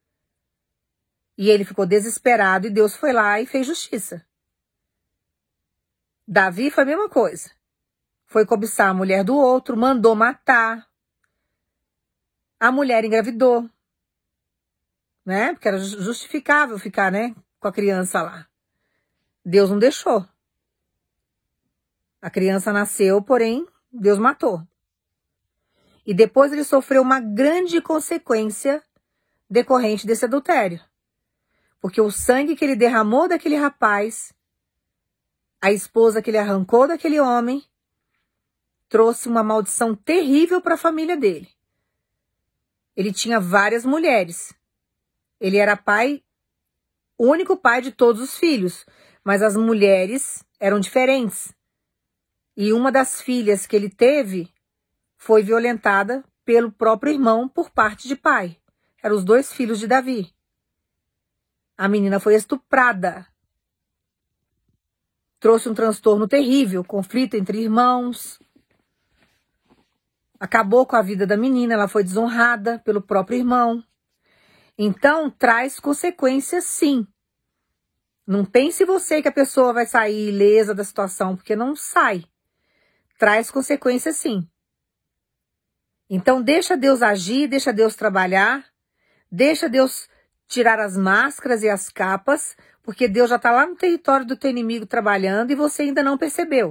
E ele ficou desesperado e Deus foi lá e fez justiça. Davi foi a mesma coisa. Foi cobiçar a mulher do outro, mandou matar. A mulher engravidou. Né? Porque era justificável ficar, né, com a criança lá. Deus não deixou. A criança nasceu, porém, Deus matou. E depois ele sofreu uma grande consequência decorrente desse adultério. Porque o sangue que ele derramou daquele rapaz, a esposa que ele arrancou daquele homem, trouxe uma maldição terrível para a família dele. Ele tinha várias mulheres. Ele era pai, o único pai de todos os filhos, mas as mulheres eram diferentes. E uma das filhas que ele teve foi violentada pelo próprio irmão por parte de pai. Eram os 2 filhos de Davi. A menina foi estuprada. Trouxe um transtorno terrível, conflito entre irmãos. Acabou com a vida da menina, ela foi desonrada pelo próprio irmão. Então, traz consequências, sim. Não pense você que a pessoa vai sair ilesa da situação, porque não sai. Traz consequências, sim. Então, deixa Deus agir, deixa Deus trabalhar, deixa Deus tirar as máscaras e as capas, porque Deus já está lá no território do teu inimigo trabalhando e você ainda não percebeu.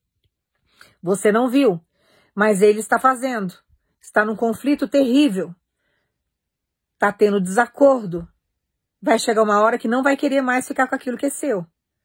Você não viu, mas ele está fazendo. Está num conflito terrível. Está tendo desacordo. Vai chegar uma hora que não vai querer mais ficar com aquilo que é seu.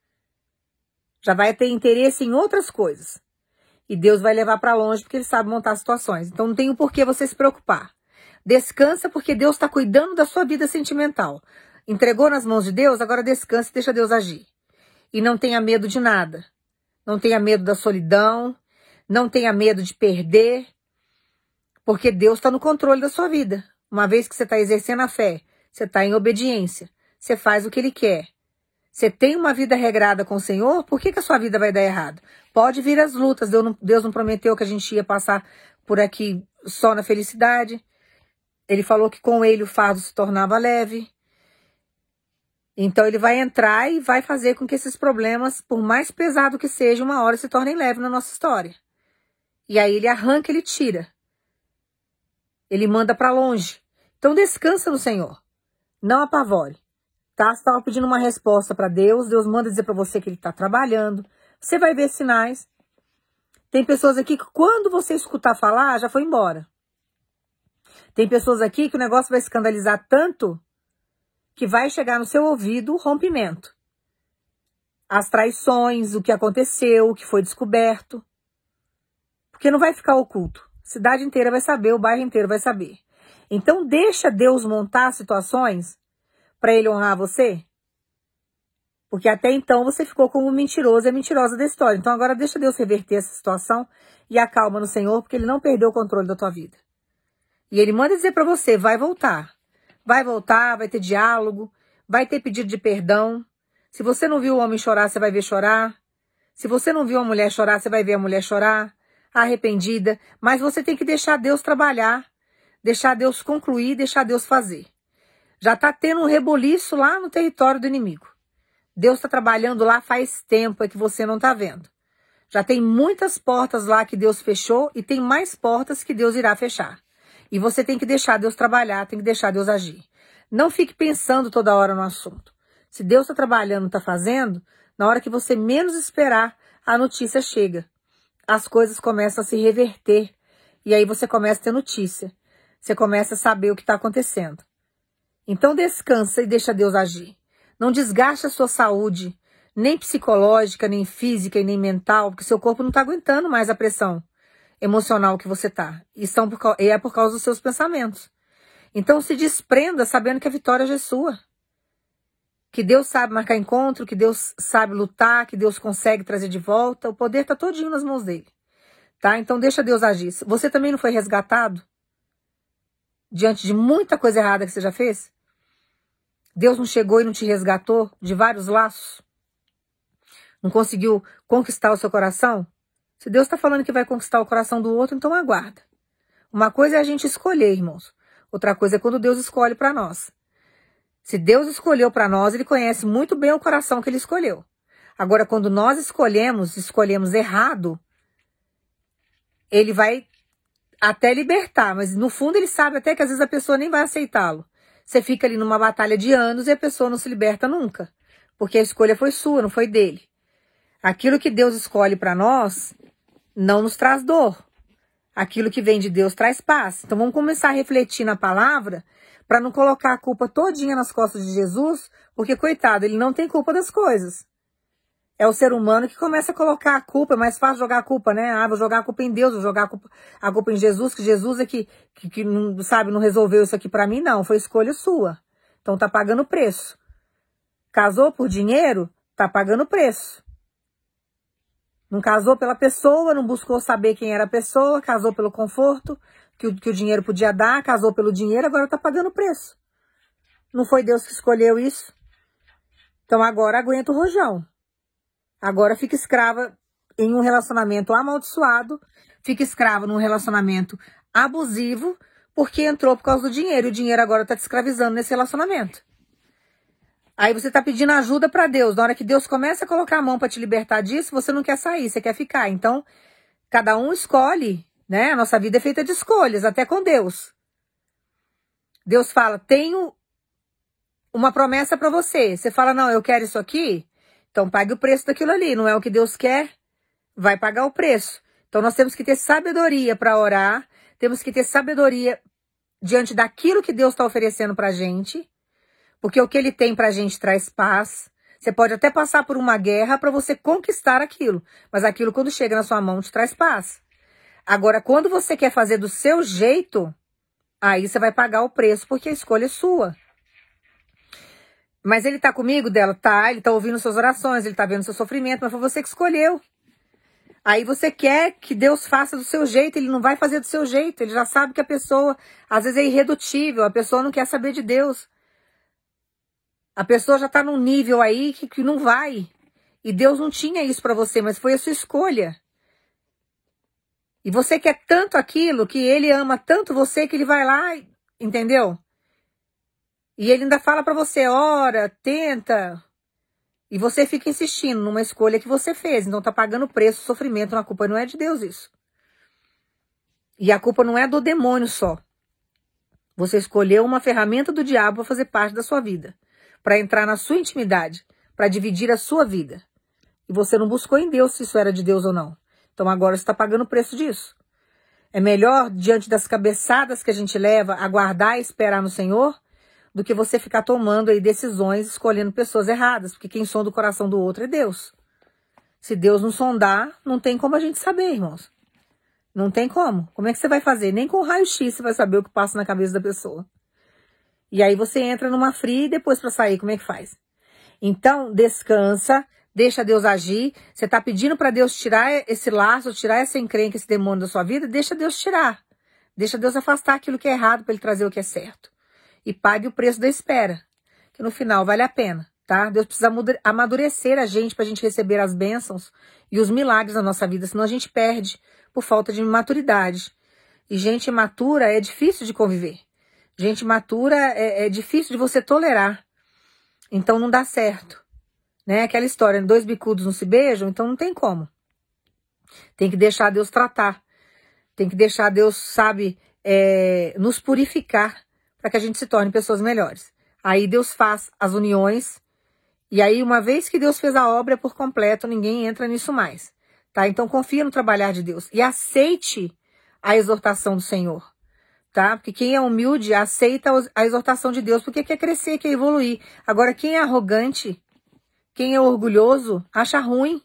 Já vai ter interesse em outras coisas. E Deus vai levar para longe porque ele sabe montar situações. Então não tem o porquê você se preocupar. Descansa porque Deus está cuidando da sua vida sentimental. Entregou nas mãos de Deus, agora descansa e deixa Deus agir. E não tenha medo de nada. Não tenha medo da solidão. Não tenha medo de perder. Porque Deus está no controle da sua vida. Uma vez que você está exercendo a fé, você está em obediência. Você faz o que Ele quer. Você tem uma vida regrada com o Senhor, por que a sua vida vai dar errado? Pode vir as lutas. Deus não prometeu que a gente ia passar por aqui só na felicidade. Ele falou que com ele o fardo se tornava leve. Então ele vai entrar e vai fazer com que esses problemas, por mais pesado que seja, uma hora se tornem leves na nossa história. E aí ele arranca, ele tira. Ele manda para longe. Então descansa no Senhor. Não apavore. Tá? Você estava pedindo uma resposta para Deus. Deus manda dizer para você que ele está trabalhando. Você vai ver sinais. Tem pessoas aqui que quando você escutar falar, já foi embora. Tem pessoas aqui que o negócio vai escandalizar tanto que vai chegar no seu ouvido o rompimento. As traições, o que aconteceu, o que foi descoberto. Porque não vai ficar oculto. A cidade inteira vai saber, o bairro inteiro vai saber. Então deixa Deus montar situações para ele honrar você. Porque até então você ficou como mentiroso e a mentirosa da história. Então agora deixa Deus reverter essa situação e acalma no Senhor, porque ele não perdeu o controle da tua vida. E ele manda dizer para você, vai voltar. Vai voltar, vai ter diálogo, vai ter pedido de perdão. Se você não viu o homem chorar, você vai ver chorar. Se você não viu a mulher chorar, você vai ver a mulher chorar, arrependida. Mas você tem que deixar Deus trabalhar, deixar Deus concluir, deixar Deus fazer. Já está tendo um reboliço lá no território do inimigo. Deus está trabalhando lá faz tempo, é que você não está vendo. Já tem muitas portas lá que Deus fechou e tem mais portas que Deus irá fechar. E você tem que deixar Deus trabalhar, tem que deixar Deus agir. Não fique pensando toda hora no assunto. Se Deus está trabalhando, está fazendo, na hora que você menos esperar, a notícia chega. As coisas começam a se reverter. E aí você começa a ter notícia. Você começa a saber o que está acontecendo. Então descansa e deixa Deus agir. Não desgaste a sua saúde, nem psicológica, nem física e nem mental, porque seu corpo não está aguentando mais a pressão emocional que você tá. E é por causa dos seus pensamentos. Então se desprenda sabendo que a vitória já é sua. Que Deus sabe marcar encontro, que Deus sabe lutar, que Deus consegue trazer de volta. O poder tá todinho nas mãos dele. Tá? Então deixa Deus agir. Você também não foi resgatado? Diante de muita coisa errada que você já fez? Deus não chegou e não te resgatou de vários laços? Não conseguiu conquistar o seu coração? Se Deus está falando que vai conquistar o coração do outro, então aguarda. Uma coisa é a gente escolher, irmãos. Outra coisa é quando Deus escolhe para nós. Se Deus escolheu para nós, Ele conhece muito bem o coração que Ele escolheu. Agora, quando nós escolhemos errado, Ele vai até libertar, mas no fundo Ele sabe até que às vezes a pessoa nem vai aceitá-lo. Você fica ali numa batalha de anos e a pessoa não se liberta nunca, porque a escolha foi sua, não foi dele. Aquilo que Deus escolhe para nós não nos traz dor. Aquilo que vem de Deus traz paz. Então vamos começar a refletir na palavra para não colocar a culpa todinha nas costas de Jesus, porque, coitado, ele não tem culpa das coisas. É o ser humano que começa a colocar a culpa, é mais fácil jogar a culpa, né? Ah, vou jogar a culpa em Deus, vou jogar a culpa em Jesus, que Jesus é que não, sabe, não resolveu isso aqui para mim, não, foi escolha sua. Então tá pagando preço. Casou por dinheiro, tá pagando preço. Não casou pela pessoa, não buscou saber quem era a pessoa, casou pelo conforto que o dinheiro podia dar, casou pelo dinheiro, agora tá pagando preço. Não foi Deus que escolheu isso? Então agora aguenta o rojão. Agora fica escrava em um relacionamento amaldiçoado, fica escrava num relacionamento abusivo, porque entrou por causa do dinheiro, e o dinheiro agora tá te escravizando nesse relacionamento. Aí você tá pedindo ajuda para Deus. Na hora que Deus começa a colocar a mão para te libertar disso, você não quer sair, você quer ficar. Então, cada um escolhe, né? A nossa vida é feita de escolhas, até com Deus. Deus fala, tenho uma promessa para você. Você fala, não, eu quero isso aqui, então pague o preço daquilo ali. Não é o que Deus quer, vai pagar o preço. Então nós temos que ter sabedoria para orar, temos que ter sabedoria diante daquilo que Deus está oferecendo para a gente. Porque o que Ele tem pra gente traz paz. Você pode até passar por uma guerra para você conquistar aquilo. Mas aquilo, quando chega na sua mão, te traz paz. Agora, quando você quer fazer do seu jeito, aí você vai pagar o preço, porque a escolha é sua. Mas Ele tá comigo dela? Tá, Ele tá ouvindo suas orações, Ele tá vendo seu sofrimento, mas foi você que escolheu. Aí você quer que Deus faça do seu jeito, Ele não vai fazer do seu jeito. Ele já sabe que a pessoa, às vezes, é irredutível, a pessoa não quer saber de Deus. A pessoa já está num nível aí que não vai. E Deus não tinha isso para você, mas foi a sua escolha. E você quer tanto aquilo, que Ele ama tanto você, que Ele vai lá, entendeu? E Ele ainda fala para você, ora, tenta. E você fica insistindo numa escolha que você fez. Então tá pagando preço, sofrimento, a culpa não é de Deus isso. E a culpa não é do demônio só. Você escolheu uma ferramenta do diabo para fazer parte da sua vida. Para entrar na sua intimidade, para dividir a sua vida. E você não buscou em Deus se isso era de Deus ou não. Então agora você está pagando o preço disso. É melhor, diante das cabeçadas que a gente leva, aguardar e esperar no Senhor, do que você ficar tomando aí decisões, escolhendo pessoas erradas, porque quem sonda o coração do outro é Deus. Se Deus não sondar, não tem como a gente saber, irmãos. Não tem como. Como é que você vai fazer? Nem com raio-x você vai saber o que passa na cabeça da pessoa. E aí você entra numa fria e depois para sair, como é que faz? Então, descansa, deixa Deus agir. Você está pedindo para Deus tirar esse laço, tirar essa encrenca, esse demônio da sua vida, deixa Deus tirar. Deixa Deus afastar aquilo que é errado para Ele trazer o que é certo. E pague o preço da espera, que no final vale a pena, tá? Deus precisa amadurecer a gente para a gente receber as bênçãos e os milagres na nossa vida, senão a gente perde por falta de maturidade. E gente imatura é difícil de conviver. Gente imatura é difícil de você tolerar. Então não dá certo. Né? Aquela história, 2 bicudos não se beijam, então não tem como. Tem que deixar Deus tratar. Tem que deixar Deus, sabe, nos purificar para que a gente se torne pessoas melhores. Aí Deus faz as uniões. E aí, uma vez que Deus fez a obra por completo, ninguém entra nisso mais. Tá? Então confia no trabalhar de Deus. E aceite a exortação do Senhor. Tá? Porque quem é humilde aceita a exortação de Deus, porque quer crescer, quer evoluir. Agora, quem é arrogante, quem é orgulhoso, acha ruim,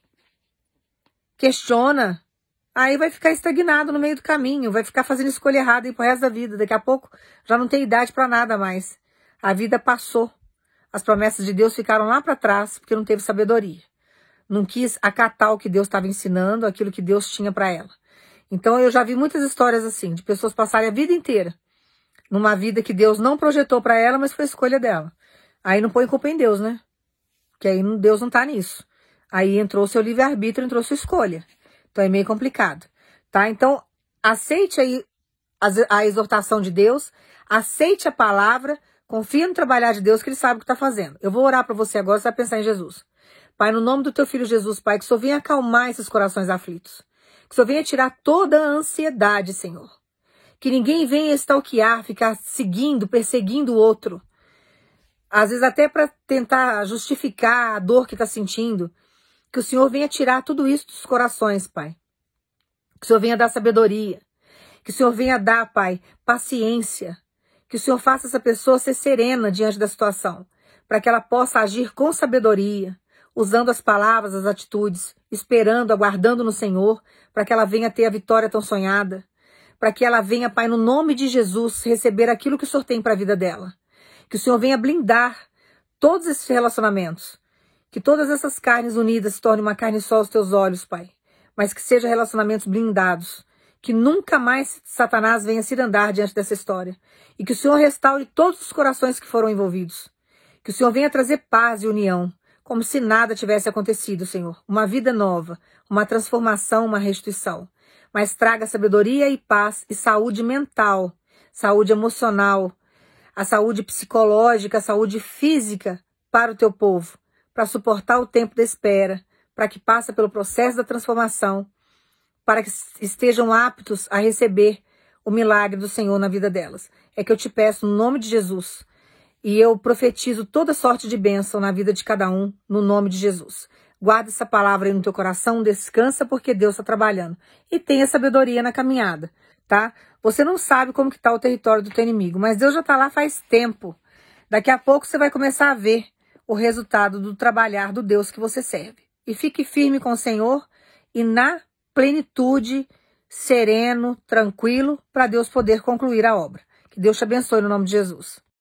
questiona, aí vai ficar estagnado no meio do caminho, vai ficar fazendo escolha errada aí pro resto da vida. Daqui a pouco já não tem idade para nada mais. A vida passou. As promessas de Deus ficaram lá para trás, porque não teve sabedoria. Não quis acatar o que Deus estava ensinando, aquilo que Deus tinha para ela. Então eu já vi muitas histórias assim, de pessoas passarem a vida inteira numa vida que Deus não projetou para ela, mas foi escolha dela. Aí não põe culpa em Deus, né? Porque aí Deus não tá nisso. Aí entrou seu livre-arbítrio, entrou sua escolha. Então é meio complicado, tá? Então aceite aí a exortação de Deus, aceite a palavra, confia no trabalhar de Deus, que Ele sabe o que está fazendo. Eu vou orar para você agora, você vai pensar em Jesus. Pai, no nome do Teu Filho Jesus, Pai, que o Senhor venha acalmar esses corações aflitos. Que o Senhor venha tirar toda a ansiedade, Senhor. Que ninguém venha stalkear, ficar seguindo, perseguindo o outro. Às vezes até para tentar justificar a dor que está sentindo. Que o Senhor venha tirar tudo isso dos corações, Pai. Que o Senhor venha dar sabedoria. Que o Senhor venha dar, Pai, paciência. Que o Senhor faça essa pessoa ser serena diante da situação. Para que ela possa agir com sabedoria. Usando as palavras, as atitudes. Esperando, aguardando no Senhor. Para que ela venha ter a vitória tão sonhada. Para que ela venha, Pai, no nome de Jesus, receber aquilo que o Senhor tem para a vida dela. Que o Senhor venha blindar todos esses relacionamentos. Que todas essas carnes unidas se tornem uma carne só aos Teus olhos, Pai. Mas que sejam relacionamentos blindados. Que nunca mais Satanás venha se andar diante dessa história. E que o Senhor restaure todos os corações que foram envolvidos. Que o Senhor venha trazer paz e união. Como se nada tivesse acontecido, Senhor. Uma vida nova. Uma transformação, uma restituição. Mas traga sabedoria e paz e saúde mental. Saúde emocional. A saúde psicológica, a saúde física para o Teu povo. Para suportar o tempo da espera. Para que passe pelo processo da transformação. Para que estejam aptos a receber o milagre do Senhor na vida delas. É que eu te peço no nome de Jesus. E eu profetizo toda sorte de bênção na vida de cada um, no nome de Jesus. Guarda essa palavra aí no teu coração, descansa porque Deus está trabalhando. E tenha sabedoria na caminhada, tá? Você não sabe como que está o território do teu inimigo, mas Deus já está lá faz tempo. Daqui a pouco você vai começar a ver o resultado do trabalhar do Deus que você serve. E fique firme com o Senhor e na plenitude, sereno, tranquilo, para Deus poder concluir a obra. Que Deus te abençoe no nome de Jesus.